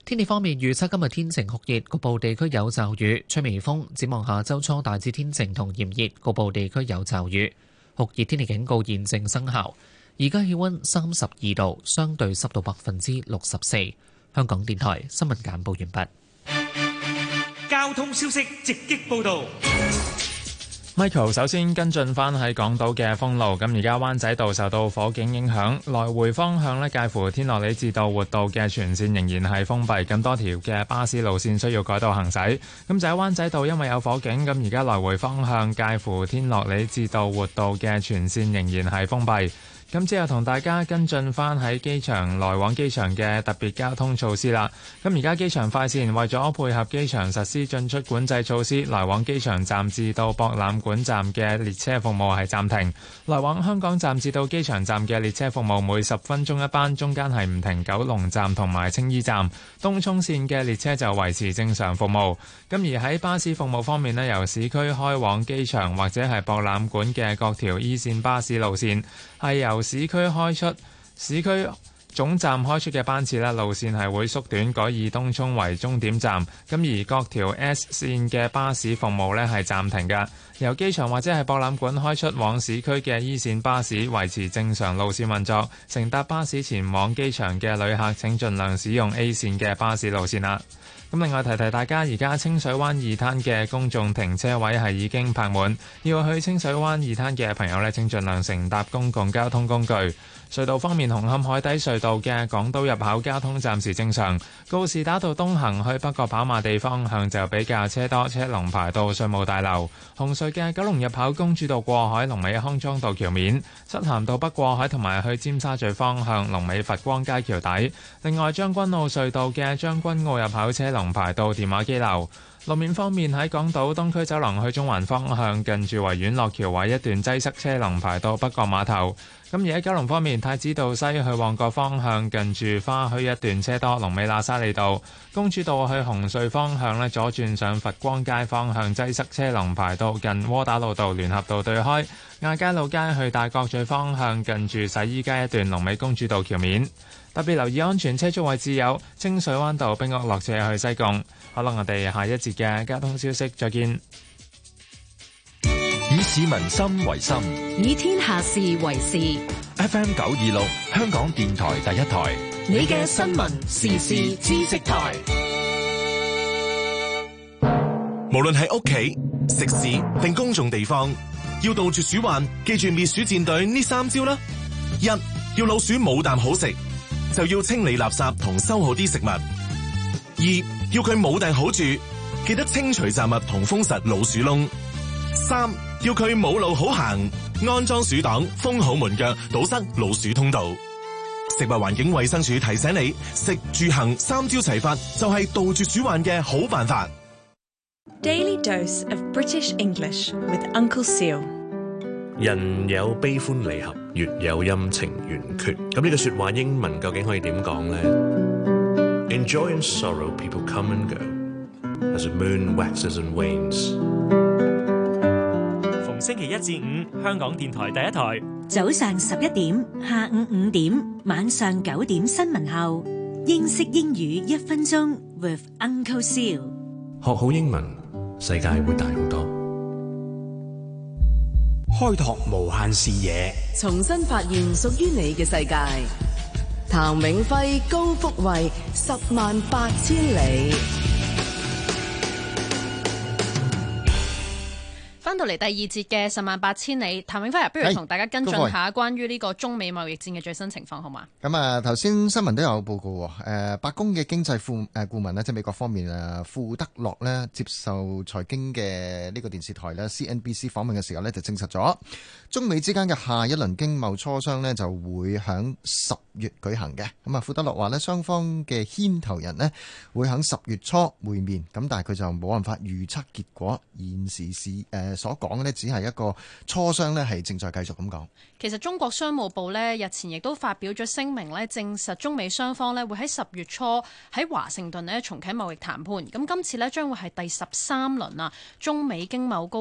天氣方面預測今日天晴酷熱，局部地區有驟雨，吹微風。展望下周初大致天晴同炎熱，局部地區有驟雨。酷熱天氣警告現正生效。而家氣溫32度，相對濕度64%。香港電台新聞簡報完畢。 交通消息直擊報道。 Michael 首先跟進返喺港島嘅封路，咁而家灣仔道受到火警影響，來回方向介乎天樂里至到活道嘅全線仍然係封閉，咁多條嘅巴士路線需要改道行駛。咁就喺灣仔道，因為有火警，咁而家來回方向介乎天樂里至到活道嘅全線仍然係封閉。咁之後同大家跟進返喺機場來往機場嘅特別交通措施啦。咁而家機場快線為咗配合機場實施進出管制措施，來往機場站至到博覽館站嘅列車服務係暫停。來往香港站至到機場站嘅列車服務每10分鐘一班，中間係唔停九龍站同埋青衣站。東涌線嘅列車就維持正常服務。咁而喺巴士服務方面由市區開往機場或者係博覽館嘅各條 E 線巴士路線係由市區開出，市區總站開出嘅班次路線係會縮短，改以東涌為終點站。咁而各條 S 線嘅巴士服務係暫停嘅。由機場或者係博覽館開出往市區嘅 E 線巴士維持正常路線運作。乘搭巴士前往機場嘅旅客請盡量使用 A 線嘅巴士路線啦。咁另外提提大家，而家清水灣二灘嘅公眾停車位係已經泊滿，要去清水灣二灘嘅朋友請盡量乘搭公共交通工具。隧道方面，紅磡海底隧道嘅港島入口交通暫時正常，告士打道東行去北角跑馬地方向就比較車多，車龍排到稅務大樓。紅隧嘅九龍入口公主道過海龍尾康莊道橋面，漆咸道北過海同埋去尖沙咀方向龍尾佛光街橋底。另外將軍澳隧道嘅將軍澳入口車龍排到電話機樓。路面方面，喺港島東區走廊去中環方向近住維園落橋位一段擠塞，車龍排到北角碼頭。咁而喺九龍方面，太子道西去旺角方向近住花墟一段車多，龍尾喇沙利道。公主道去紅隧方向左轉上佛光街方向擠塞，車龍排到近窩打老道聯合道對開。亞皆老街去大角咀方向近住洗衣街一段，龍尾公主道橋面。特別留意安全車速位置有清水灣道冰屋落斜去西貢。好啦，我哋下一節嘅交通消息再見。 以市民心為心， 以天下事為事。 FM 926香港電台第一台， 你嘅新聞時事知識台。 無論係屋企、食肆定公眾地方，要杜絕鼠患，記住滅鼠戰隊呢3招啦。1. 要老鼠冇啖好食，就要清理垃圾同收好啲食物。2. 要佢冇埞好住，記得清除雜物同封實老鼠窿。3. 要佢冇路好行，安裝鼠擋，封好門腳，堵塞老鼠通道。食物環境衛生署提醒你，食住行3招齊發，就係杜絕鼠患嘅好辦法。 Daily dose of British English with Uncle Seal。 人有悲歡離合，月有陰晴圓缺。咁呢個說話英文究竟可以點講呢？ Enjoy and sorrow, people come and go, as the moon waxes and wanes。 逢星期1至5，香港電台第一台， 早上11點，下午5點，晚上9點新聞後，英式英語1分鐘 with Uncle Seal。 學好英文，世界會大好多。 開拓無限視野， 重新發現屬於你嘅世界。譚永輝、高福慧，108000里。 翻到嚟第二節嘅108000里，譚永輝不如同大家跟進下關於呢個中美貿易戰嘅最新情況好嗎？ 咁啊，頭先新聞都有報告白宮嘅經濟顧問呢，即係美國方面庫德洛呢，接受財經嘅呢個電視台呢 CNBC 訪問嘅時候呢，就證實咗中美之間嘅下一輪經貿磋商呢，就會喺10月舉行嘅。咁啊，庫德洛話呢，雙方嘅牽頭人呢，會喺10月初會面，咁但係佢就冇辦法預測結果。現時所講嘅呢，只係一個磋商呢，係正在繼續咁講。 其實中國商務部呢，日前亦都發表咗聲明呢，證實中美雙方呢會喺10月初喺華盛頓呢重啟貿易談判。咁今次呢將會係第13輪中美經貿高級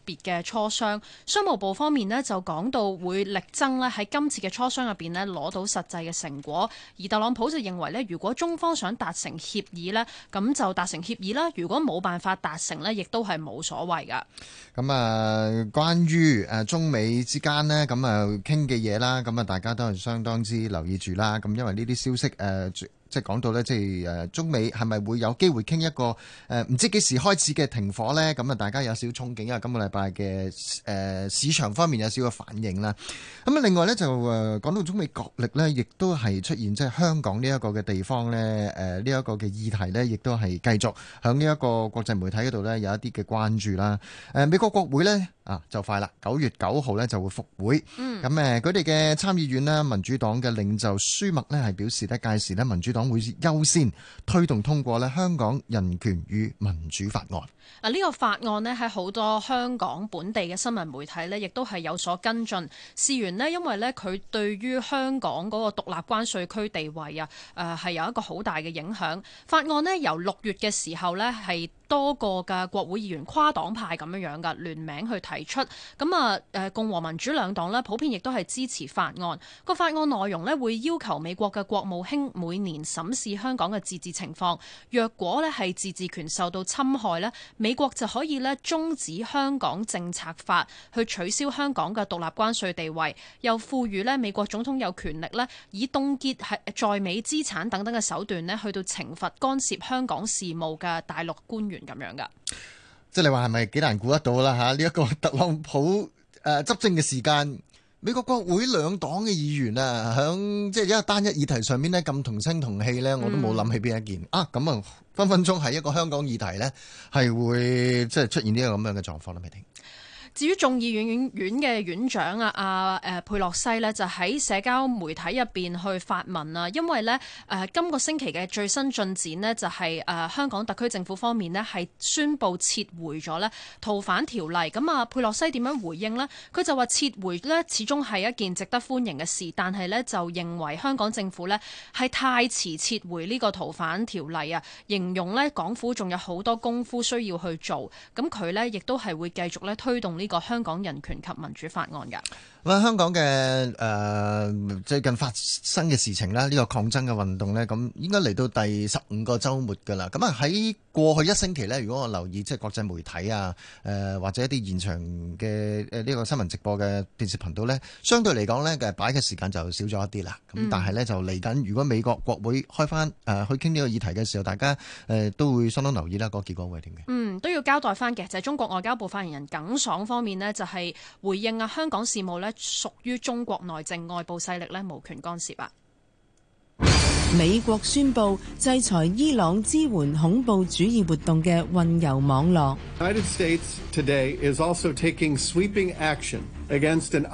別嘅磋商。商務部方面呢就講到會力爭呢喺今次嘅磋商入邊呢攞到實際嘅成果，而特朗普就認為呢，如果中方想達成協議呢，咁就達成協議啦；如果冇辦法達成呢，亦都係冇所謂噶。 咁關於中美之間呢，咁傾嘅嘢啦，咁大家都係相當之留意住啦。咁因為呢啲消息即係講到呢，即係中美係咪會有機會傾一個唔知幾時開始嘅停火呢？咁大家有少少憧憬，因為今個禮拜嘅市場方面有少少反應啦。咁另外呢，就講到中美角力呢，亦都係出現即係香港呢一個嘅地方呢，呢一個嘅議題呢，亦都係繼續響呢一個國際媒體嗰度呢，有一啲嘅關注啦。美國國會呢，就快啦，9月9號呢就會復會。咁佢哋嘅參議院呢，民主黨嘅領袖舒默呢係表示呢，屆時呢民主黨會優先推動通過呢香港人權與民主法案。 呢個法案呢，喺好多香港本地嘅新聞媒體呢，亦都係有所跟進。事緣呢，因為呢，佢對於香港嗰個獨立關稅區地位係有一個好大嘅影響。法案呢，由6月嘅時候呢，係多個嘅國會議員跨黨派咁樣嘅聯名去提出。咁共和民主兩黨呢，普遍亦都係支持法案。個法案內容呢，會要求美國嘅國務卿每年審視香港嘅自治情況，若果呢係自治權受到侵害呢，美國就可以呢終止香港政策法，去取消香港嘅獨立關稅地位，又賦予呢美國總統有權力呢以凍結在美資產等等嘅手段呢去到懲罰干涉香港事務嘅大陸官員咁樣噶。 即係你話係咪幾難估得到啦？呢一個特朗普執政嘅時間，美國國會兩黨嘅議員響即係一個單一議題上面呢，咁同聲同氣呢，我都冇諗起邊一件咁分分鐘係一個香港議題呢，係會即係出現呢個咁樣嘅狀況啦，未定。 至於眾議院嘅院長佩洛西呢，就喺社交媒體入邊去發文啊，因為呢今個星期嘅最新進展呢，就係香港特區政府方面呢，係宣布撤回咗呢逃犯條例。咁佩洛西點樣回應呢？佢就話撤回呢始終係一件值得歡迎嘅事，但係呢就認為香港政府呢係太遲撤回呢個逃犯條例啊，形容呢港府仲有好多功夫需要去做。咁佢呢亦都係會繼續呢推動呢個香港人權及民主法案㗎。 香港嘅最近發生嘅事情啦，呢個抗爭嘅運動呢，咁應該嚟到第15個週末㗎啦。咁喺過去一星期呢，如果我留意即係國際媒體或者一啲現場嘅呢個新聞直播嘅電視頻道呢，相對嚟講呢，擺嘅時間就少咗一啲啦。咁但係呢，就嚟緊，如果美國國會開翻去傾呢個議題嘅時候，大家都會相當留意啦。個結果會係點嘅？ 都要交代翻嘅就係中國外交部發言人耿爽方面呢，就係回應香港事務呢屬於中國內政，外部勢力呢無權干涉啊。 美國宣布制裁伊朗支援恐怖主義活動嘅運油網絡。 United States today is also taking sweeping action against an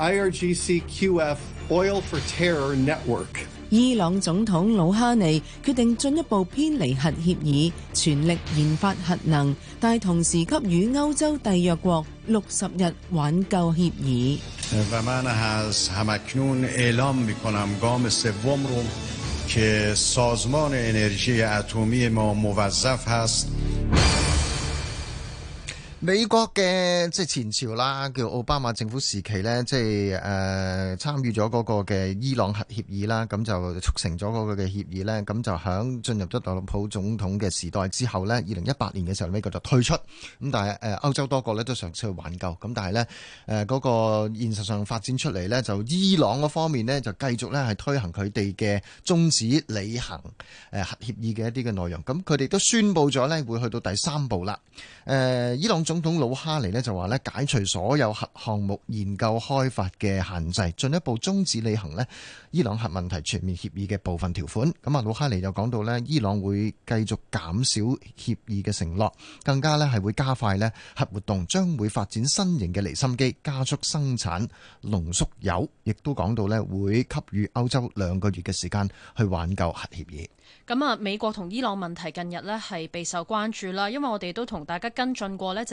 IRGC-QF oil for terror network. 伊朗總統魯哈尼決定進一步偏離核協議，全力研發核能，但同時給予歐洲締約國60日挽救協議。 و من از همکنون اعلام می‌کنم گام سوم رو که سازمان انرژی اتمی ما موظف است。 美國嘅即係前朝啦，叫奧巴馬政府時期呢，即係參與咗嗰個嘅伊朗核協議啦，咁就促成咗嗰個嘅協議呢，咁就響進入咗特朗普總統嘅時代之後呢，2018年嘅時候美國就退出，咁但係歐洲多國呢都嘗試去挽救，咁但係呢嗰個現實上發展出嚟呢，就伊朗嗰方面呢，就繼續呢係推行佢哋嘅終止履行核協議嘅一啲嘅內容，咁佢哋都宣布咗呢會去到第3步啦，伊朗總統魯哈尼呢就話呢解除所有核項目研究開發嘅限制，進一步終止履行呢伊朗核問題全面協議嘅部分條款。咁魯哈尼又講到呢伊朗會繼續減少協議嘅承諾，更加呢係會加快呢核活動，將會發展新型嘅離心機，加速生產濃縮鈾，亦都講到呢會給予歐洲2個月嘅時間去挽救核協議。 咁美國同伊朗問題近日呢係備受關注啦，因為我哋都同大家跟進過呢，就係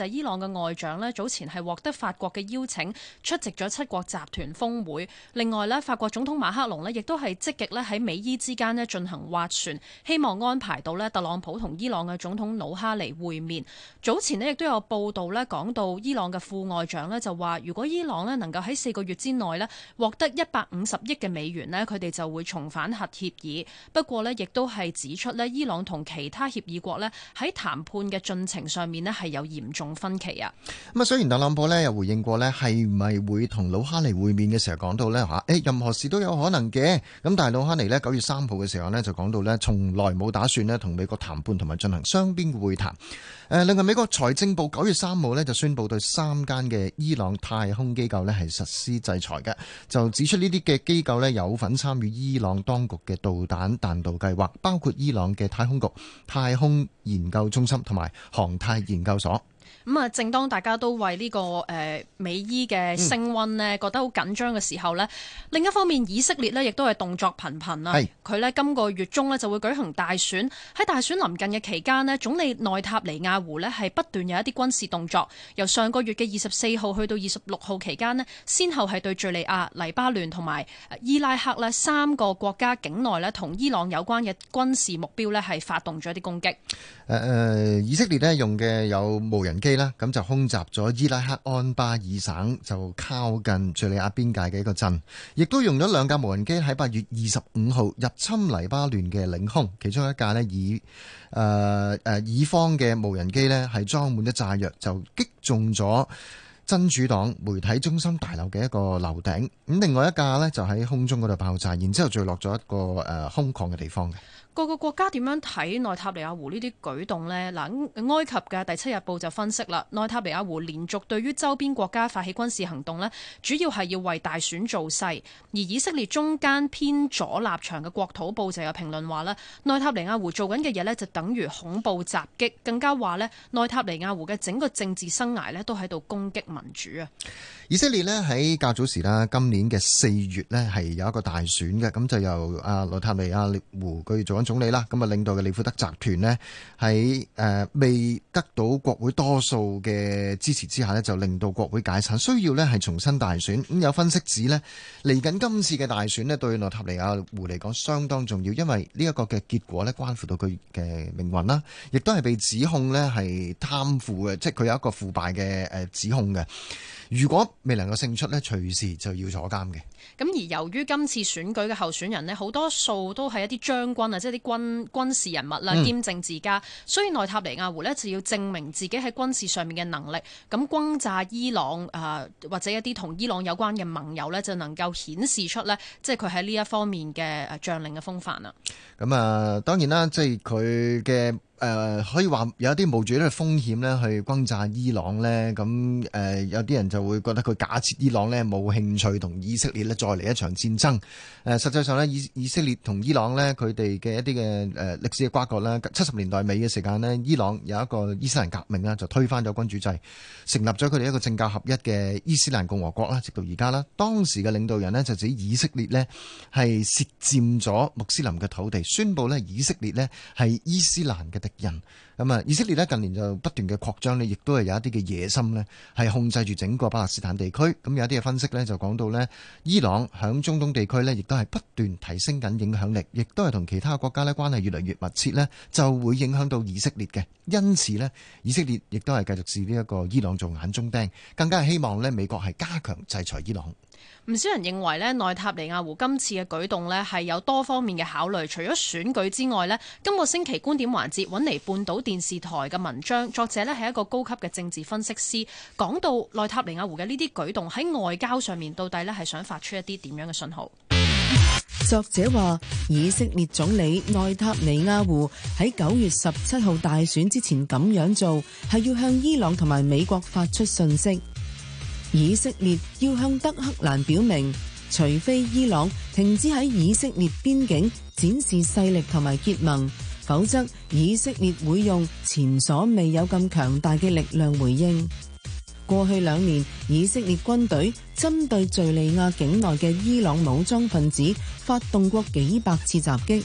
伊朗嘅外長呢，早前係獲得法國嘅邀請出席咗七國集團峰會。另外呢，法國總統馬克龍呢亦都係積極咧喺美伊之間呢進行斡旋，希望安排到呢特朗普同伊朗嘅總統魯哈尼會面。早前呢亦都有報道呢講到伊朗嘅副外長呢就話，如果伊朗呢能夠喺4個月之內呢獲得150億嘅美元呢，佢哋就會重返核協議。不過呢，亦都係指出呢，伊朗同其他協議國呢喺談判嘅進程上面呢係有嚴重分歧啊。 咁啊，雖然特朗普呢有回應過呢係咪會同魯哈尼會面嘅時候講到呢任何事都有可能嘅。咁但係魯哈尼呢9月3號嘅時候呢就講到呢從來冇打算呢同美國談判同埋進行雙邊會談。另外美國財政部9月3號呢就宣布對3間嘅伊朗太空機構呢係實施制裁嘅，就指出呢啲嘅機構呢有份參與伊朗當局嘅導彈彈道計劃，包括伊朗嘅太空局、太空研究中心同埋航太研究所。 咁啊，正當大家都為呢個美伊嘅升溫呢覺得好緊張嘅時候呢，另一方面以色列呢亦都係動作頻頻啊。佢呢今個月中呢就會舉行大選，喺大選臨近嘅期間呢，總理內塔尼亞胡呢係不斷有一啲軍事動作。由上個月嘅24號去到26號期間呢，先後係對敘利亞、黎巴嫩同埋伊拉克呢3個國家境內呢同伊朗有關嘅軍事目標呢係發動咗一啲攻擊。 以色列呢用嘅有無人機啦，咁就空襲咗伊拉克安巴爾省就靠近敘利亞邊界嘅一個鎮，亦都用咗2架無人機喺8月25號入侵黎巴嫩嘅領空，其中一架呢以方嘅無人機呢係裝滿咗炸藥，就擊中咗真主黨媒體中心大樓嘅一個樓頂。咁另外一架呢就喺空中嗰度爆炸，然之後墜落咗一個空曠嘅地方嘅。 各個國家點樣睇內塔尼亞胡呢啲舉動呢？嗱，埃及嘅第7日報就分析啦，內塔尼亞胡連續對於周邊國家發起軍事行動呢，主要係要為大選造勢。而以色列中間偏左立場嘅國土報就有評論話呢，內塔尼亞胡做緊嘅嘢呢，就等於恐怖襲擊，更加話呢，內塔尼亞胡嘅整個政治生涯呢，都喺度攻擊民主啊！ 以色列呢喺較早時啦，今年嘅4月呢係有一個大選嘅，咁就由內塔尼亞胡佢做緊總理啦，咁啊領導嘅利庫德集團呢喺未得到國會多數嘅支持之下呢，就令到國會解散，需要呢係重新大選。咁有分析指呢，嚟緊今次嘅大選呢，對內塔尼亞胡嚟講相當重要，因為呢一個嘅結果呢，關乎到佢嘅命運啦，亦都係被指控呢係貪腐嘅，即係佢有一個腐敗嘅指控嘅。如果未能夠勝出呢，隨時就要坐監嘅。 咁而由於今次選舉嘅候選人呢，好多數都係一啲將軍啊，即係啲軍事人物啦，兼政治家，所以內塔尼亞胡呢就要證明自己喺軍事上面嘅能力。咁轟炸伊朗或者一啲同伊朗有關嘅盟友呢，就能夠顯示出呢，即係佢喺呢一方面嘅將領嘅風範啦。 咁當然啦，即係佢嘅。可以話有啲冒住呢個風險咧去轟炸伊朗呢。咁有啲人就會覺得佢假設伊朗呢冇興趣同以色列呢再嚟一場戰爭。實際上呢，以色列同伊朗呢，佢哋嘅一啲嘅歷史嘅瓜葛啦，70年代尾嘅時間呢，伊朗有一個伊斯蘭革命啦，就推翻咗君主制，成立咗佢哋一個政教合一嘅伊斯蘭共和國啦，直到而家啦。當時嘅領導人呢，就指以色列呢係竊佔咗穆斯林嘅土地，宣布呢以色列呢係伊斯蘭嘅人。咁以色列呢近年就不斷嘅擴張呢，亦都係有一啲嘅野心呢係控制住整個巴勒斯坦地區。咁有一啲嘅分析呢，就講到呢，伊朗響中東地區呢，亦都係不斷提升緊影響力，亦都係同其他國家呢關係越嚟越密切呢，就會影響到以色列嘅。因此呢，以色列亦都係繼續視呢一個伊朗做眼中釘，更加係希望呢美國係加強制裁伊朗。 唔少人認為呢，內塔尼亞胡今次嘅舉動呢係有多方面嘅考慮，除咗選舉之外呢，今個星期觀點環節揾嚟半島電視台嘅文章，作者呢係一個高級嘅政治分析師，講到內塔尼亞胡嘅呢啲舉動喺外交上面到底呢係想發出一啲點樣嘅信號。 作者話，以色列總理內塔尼亞胡喺9月17號大選之前咁樣做，係要向伊朗同埋美國發出訊息。以色列要向德黑蘭表明，除非伊朗停止喺以色列邊境展示勢力同埋結盟，否則以色列會用前所未有咁強大嘅力量回應。過去2年，以色列軍隊針對敘利亞境內嘅伊朗武裝分子發動過幾百次襲擊，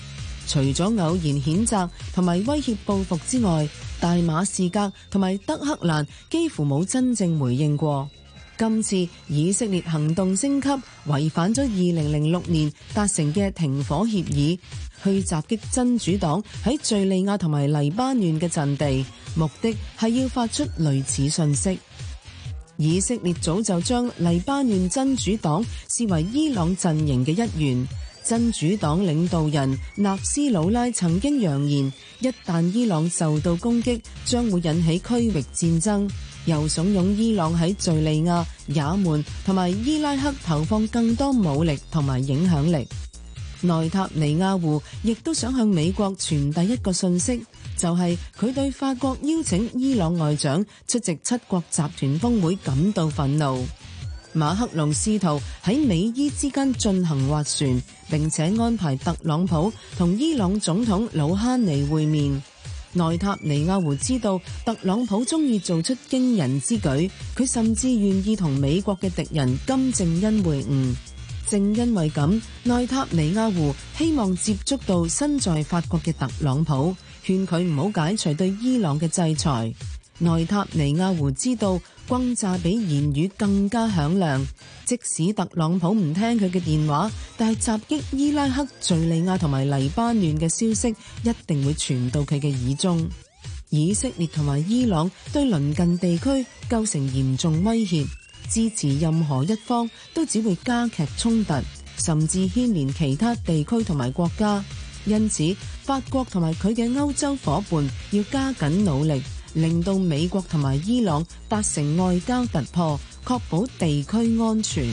除咗偶然譴責同埋威脅報復之外，大馬士革同埋德克蘭幾乎冇真正回應過。今次以色列行動升級，違反咗2006年達成嘅停火協議，去襲擊真主黨喺敘利亞同埋黎巴嫩嘅陣地，目的係要發出類似訊息。以色列早就將黎巴嫩真主黨視為伊朗陣營嘅一員。真主黨領導人納斯魯拉曾經揚言，一旦伊朗受到攻擊，將會引起區域戰爭，又慫恿伊朗喺敘利亞、也門同埋伊拉克投放更多武力同埋影響力。內塔尼亞胡亦都想向美國傳遞一個訊息，就係佢對法國邀請伊朗外長出席七國集團峰會感到憤怒。馬克龍試圖喺美伊之間進行斡旋，並且安排特朗普同伊朗總統魯哈尼會面。內塔尼亞胡知道特朗普中意做出驚人之舉，佢甚至願意同美國嘅敵人金正恩會晤。正因為咁，內塔尼亞胡希望接觸到身在法國嘅特朗普，勸佢唔好解除對伊朗嘅制裁。內塔尼亞胡知道轟炸比言語更加響亮，即使特朗普唔聽佢嘅電話，但係襲擊伊拉克、敘利亞同埋黎巴嫩嘅消息一定會傳到佢嘅耳中。以色列同埋伊朗對鄰近地區構成嚴重威脅，支持任何一方都只會加劇衝突，甚至牽連其他地區同埋國家。因此，法國同埋佢嘅歐洲夥伴要加緊努力，令到美國同埋伊朗達成外交突破，確保地區安全。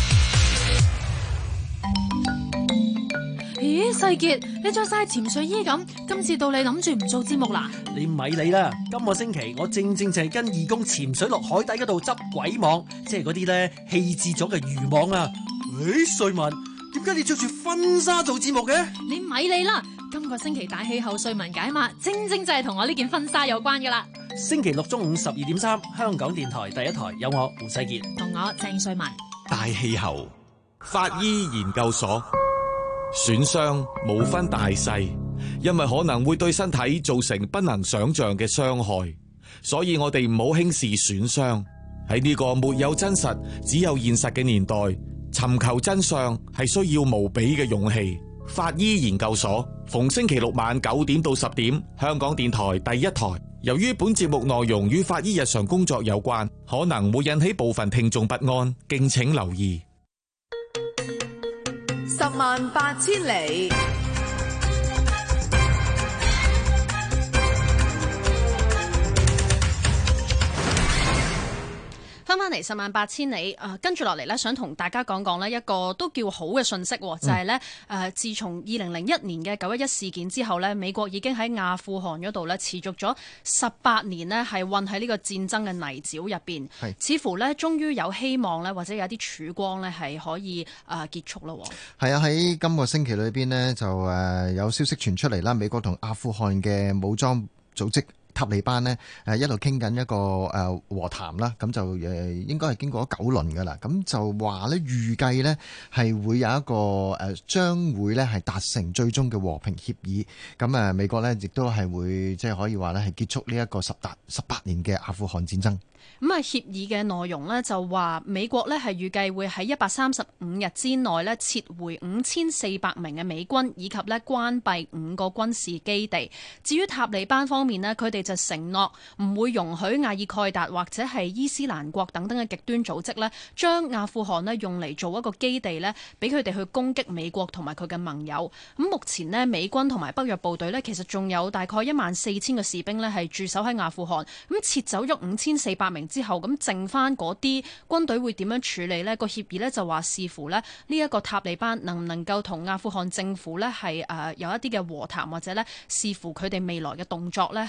咦，世傑，你着晒潛水衣咁，今次到你諗住唔做節目啦？ 你咪理啦！今個星期我正就係跟義工潛水落海底嗰度執鬼網，即係嗰啲咧棄置咗嘅漁網啊！瑞文，點解你着住婚紗做節目嘅？ 你咪理啦！今個星期大氣候，瑞文解碼，正就係同我呢件婚紗有關噶啦。 星期六中午12:3，香港電台第一台有我胡世傑同我鄭瑞文。 大氣候，法醫研究所。損傷無分大細，因為可能會對身體造成不能想象嘅傷害，所以我哋唔好輕視損傷。喺呢個沒有真實只有現實嘅年代，尋求真相係需要無比嘅勇氣。法醫研究所逢星期六晚9點到10點，香港電台第一台。由於本節目內容與法醫日常工作有關，可能會引起部分聽眾不安，敬請留意。 108000里。 翻嚟108000里，跟住落嚟咧，想同大家講講呢一個都叫好嘅訊息，就係呢自從2001年嘅911事件之後呢，美國已經喺阿富汗嗰度呢持續咗18年呢係混喺呢個戰爭嘅泥沼入邊，似乎呢終於有希望呢，或者有啲曙光呢係可以結束咯。 係啊，喺今個星期裏邊呢，就有消息傳出嚟啦，美國同阿富汗嘅武裝組織塔利班呢一路傾緊一個和談啦，咁就應該係經過咗9輪㗎啦，咁就話呢預計呢係會有一個將會呢係達成最終嘅和平協議，咁美國呢亦都係會即係可以話呢係結束呢一個18年嘅阿富汗戰爭。 咁協議嘅內容呢，就話美國呢係預計會喺135日之內呢撤回5400名嘅美軍，以及呢關閉5個軍事基地。至於塔利班方面呢，佢哋就承諾唔會容許阿爾蓋達或者係伊斯蘭國等等嘅極端組織呢將阿富汗呢用嚟做一個基地呢，俾佢哋去攻擊美國同埋佢嘅盟友。咁目前呢，美軍同埋北約部隊呢，其實仲有大概14000個士兵呢係駐守喺阿富汗。咁撤走咗5400名之後，咁剩翻嗰啲軍隊會點樣處理呢？個協議呢就話視乎呢一個塔利班能唔能夠同阿富汗政府呢係有一啲嘅和談，或者呢視乎佢哋未來嘅動作呢係會再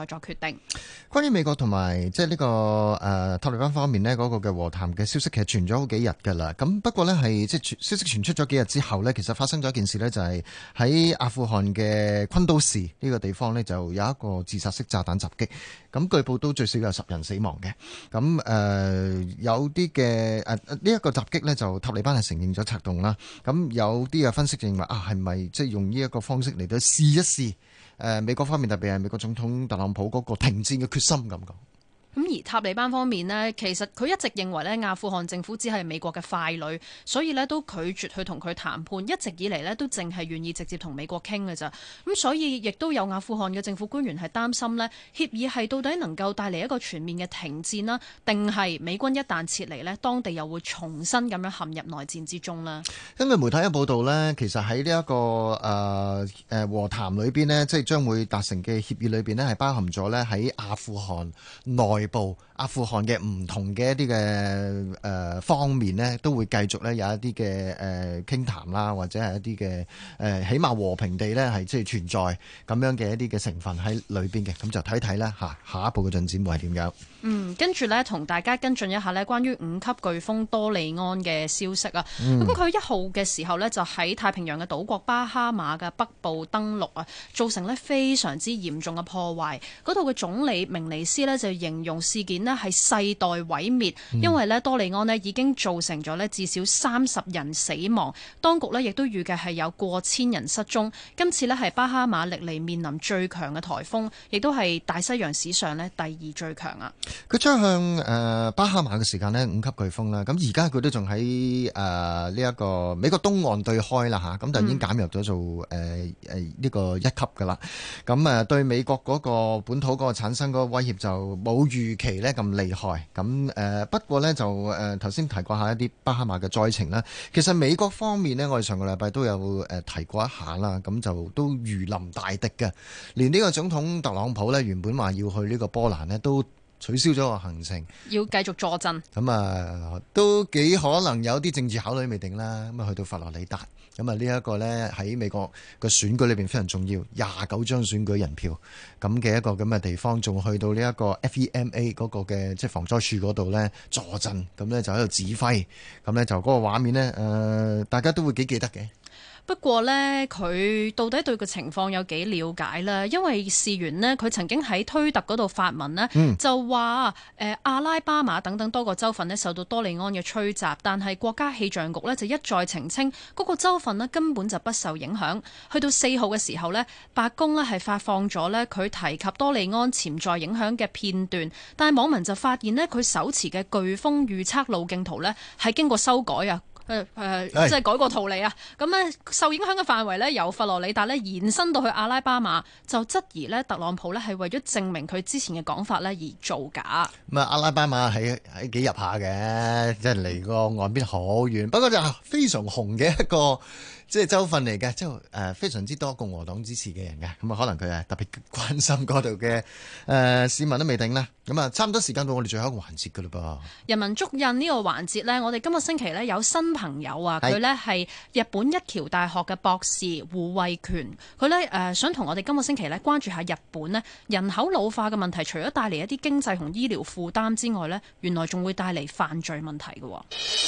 再作決定。 關於美國同埋即係呢個塔利班方面呢嗰個嘅和談嘅消息，其實傳咗好幾日㗎啦。咁不過呢，係即係消息傳出咗幾日之後呢，其實發生咗一件事呢，就係喺阿富汗嘅昆都士呢個地方呢，就有一個自殺式炸彈襲擊。咁據報都最少有10人死亡嘅。咁有啲嘅呢一個襲擊呢，就塔利班係承認咗策動啦。咁有啲嘅分析認為係咪即係用呢一個方式嚟到試一試美國方面，特別係美國總統特朗普嗰個停戰嘅決心咁講。 咁而塔利班方面呢，其實佢一直認為呢，阿富汗政府只係美國嘅傀儡，所以呢都拒絕去同佢談判，一直以嚟呢都淨係願意直接同美國傾嘅咋。咁所以亦都有阿富汗嘅政府官員係擔心呢，協議係到底能夠帶嚟一個全面嘅停戰啦，定係美軍一旦撤離呢，當地又會重新咁樣陷入內戰之中呢？ 根據媒體嘅報道呢，其實喺呢一個和談裏邊呢，即係將會達成嘅協議裏邊呢，係包含咗呢喺阿富汗內部阿富汗嘅唔同嘅一啲嘅方面呢，都會繼續呢有一啲嘅傾談啦，或者係一啲嘅起碼和平地呢係即係存在咁樣嘅一啲嘅成分喺裏邊嘅。咁就睇睇呢下一步嘅進展會係點樣。 跟住呢，同大家跟進一下呢關於5級颶風多利安嘅消息啊。咁佢1號嘅時候呢，就喺太平洋嘅島國巴哈馬嘅北部登陸啊，造成呢非常之嚴重嘅破壞。嗰度嘅總理明尼斯呢，就形容事件呢係世代毀滅，因為呢多利安呢已經造成咗呢至少30人死亡，當局呢亦都預計係有過千人失蹤。今次呢係巴哈馬歷嚟面臨最強嘅颱風，亦都係大西洋史上呢第2最強啊！ 佢將向巴哈馬嘅時間呢5級颶風啦，咁而家佢都仲喺呢一個美國東岸對開啦嚇，咁就已經減入咗做呢個1級噶啦。咁對美國嗰個本土嗰個產生嗰個威脅就冇預期呢咁厲害。咁不過呢，就頭先提過下一啲巴哈馬嘅災情啦。其實美國方面呢，我哋上個禮拜都有提過一下啦，咁就都如臨大敵嘅。連呢個總統特朗普呢，原本話要去呢個波蘭呢，都取消咗個行程， 要繼續坐鎮。 咁都幾可能有啲政治考慮未定啦。咁去到佛羅里達，咁呢一個呢，喺美國個選舉裏邊非常重要，29張選舉人票咁嘅一個咁嘅地方，仲去到呢一個 FEMA 嗰個嘅即係防災處嗰度呢坐鎮，咁呢就喺度指揮，咁呢就嗰個畫面呢，大家都會幾記得嘅。 不過呢，佢到底對個情況有幾了解呢？因為事源呢，佢曾經喺推特嗰度發文呢，就話阿拉巴馬等等多個州份呢受到多利安嘅吹襲，但係國家氣象局呢就一再澄清嗰個州份呢根本就不受影響。去到4號嘅時候呢，白宮呢係發放咗呢佢提及多利安潛在影響嘅片段，但係網民就發現呢，佢手持嘅颶風預測路徑圖呢係經過修改啊。即係改過圖嚟啊！咁咧受影響嘅範圍咧，由佛羅里達咧延伸到去阿拉巴馬，就質疑咧特朗普咧係為咗證明佢之前嘅講法咧而造假。 咁阿拉巴馬係幾入下嘅，即係離個岸邊好遠，不過就非常紅嘅一個即係州份嚟嘅，即係非常之多共和黨支持嘅人嘅，咁可能佢係特別關心嗰度嘅市民都未定啦。咁差唔多時間到我哋最後一個環節㗎嘞噃。 人民足印呢個環節呢，我哋今個星期呢有新朋友啊，佢呢係日本一橋大學嘅博士胡慧權，佢呢想同我哋今個星期呢關注下日本呢人口老化嘅問題，除咗帶嚟一啲經濟同醫療負擔之外呢，原來仲會帶嚟犯罪問題嘅。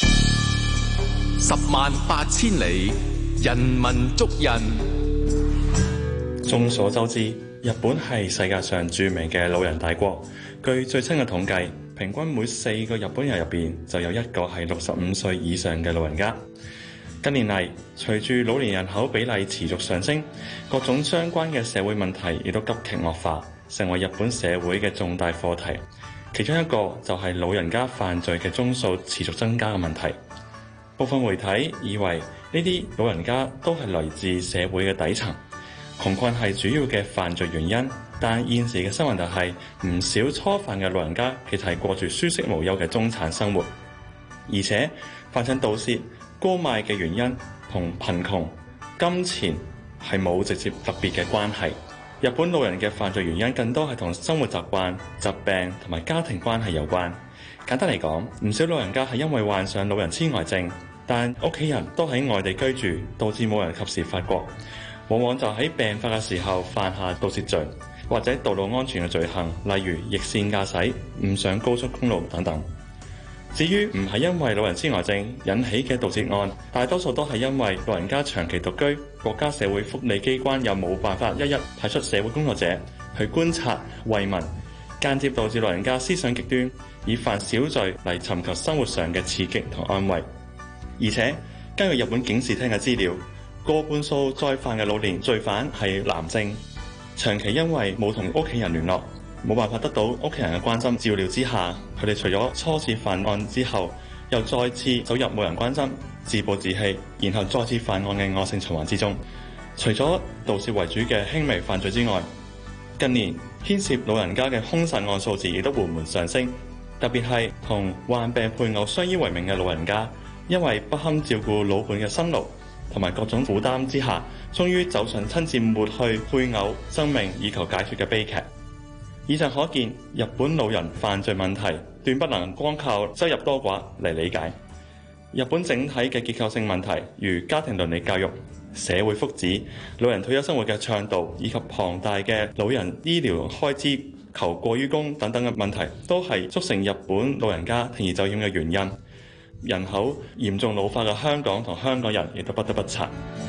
108000里，人民足印。 眾所周知，日本係世界上著名嘅老人大國。據最新嘅統計，平均每4個日本人入邊就有1個係65歲以上嘅老人家。近年嚟，隨住老年人口比例持續上升，各種相關嘅社會問題亦都急劇惡化，成為日本社會嘅重大課題。其中一個就係老人家犯罪嘅宗數持續增加嘅問題。部分媒體以為呢啲老人家都係來自社會嘅底層，窮困係主要嘅犯罪原因。但現時嘅新聞就係唔少初犯嘅老人家其實係過住舒適無憂嘅中產生活，而且犯診盜竊、高賣嘅原因同貧窮、金錢係冇直接特別嘅關係。日本老人嘅犯罪原因更多係同生活習慣、疾病同埋家庭關係有關。簡單嚟講，唔少老人家係因為患上老人痴呆症，但屋企人都喺外地居住，導致冇人及時發覺，往往就喺病發嘅時候犯下盜竊罪。 或者道路安全嘅罪行，例如逆線駕駛、唔上高速公路等等。至於唔係因為老人痴呆症引起嘅盜竊案，大多數都係因為老人家長期獨居，國家社會福利機關又冇辦法一一派出社會工作者去觀察慰問，間接導致老人家思想極端，以犯小罪嚟尋求生活上嘅刺激同安慰。而且根據日本警視廳嘅資料，過半數再犯嘅老年罪犯係男性，長期因為冇同屋企人聯絡，冇辦法得到屋企人嘅關心照料之下，佢哋除咗初次犯案之後，又再次走入冇人關心、自暴自棄，然後再次犯案嘅惡性循環之中。除咗盜竊為主嘅輕微犯罪之外，近年牽涉老人家嘅兇殺案數字亦都緩緩上升，特別係同患病配偶相依為命嘅老人家，因為不堪照顧老伴嘅辛勞同埋各種負擔之下，終於走上親自抹去配偶生命以求解決嘅悲劇。以上可見，日本老人犯罪問題斷不能光靠收入多寡嚟理解。日本整體嘅結構性問題，如家庭倫理教育、社會福祉、老人退休生活嘅倡導，以及龐大嘅老人醫療開支求過於供等等嘅問題，都係促成日本老人家鋌而走險嘅原因。人口嚴重老化嘅香港同香港人亦都不得不察。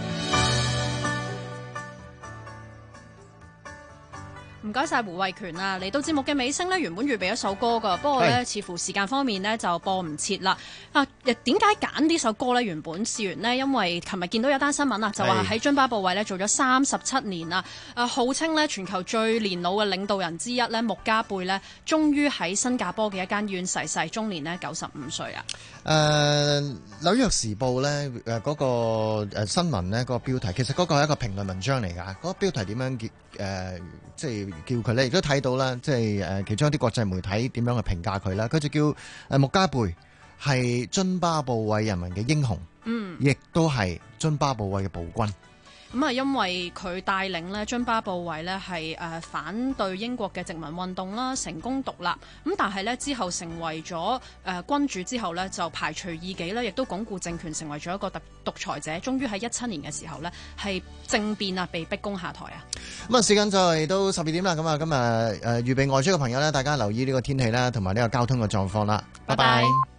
唔該晒胡慧權啊！嚟到節目嘅尾聲呢，原本預備一首歌㗎，不過呢，似乎時間方面呢就播唔切啦。點解揀呢首歌呢？原本試完呢，因為琴日見到有單新聞啊，就話喺津巴布韋呢做咗37年啊，號稱呢全球最年老嘅領導人之一呢，穆加貝呢，終於喺新加坡嘅一間醫院逝世，終年呢95歲啊。 紐約時報呢嗰個新聞呢，嗰個標題，其實嗰個係一個評論文章嚟㗎。嗰個標題點樣即係叫佢咧，亦都睇到啦，即係其中一啲國際媒體點樣去評價佢啦。佢就叫穆加貝係津巴布韋人民嘅英雄，亦都係津巴布韋嘅暴君。 咁啊，因為佢帶領咧津巴布韋咧係反對英國嘅殖民運動啦，成功獨立。咁但係咧之後成為咗君主之後咧，就排除異己咧，亦都鞏固政權，成為咗一個獨裁者。終於喺17年嘅時候咧，係政變啊，被逼宮下台啊。 咁啊，時間就嚟到12點啦。咁啊，今日預備外出嘅朋友咧，大家留意呢個天氣啦，同埋呢個交通嘅狀況啦。拜拜。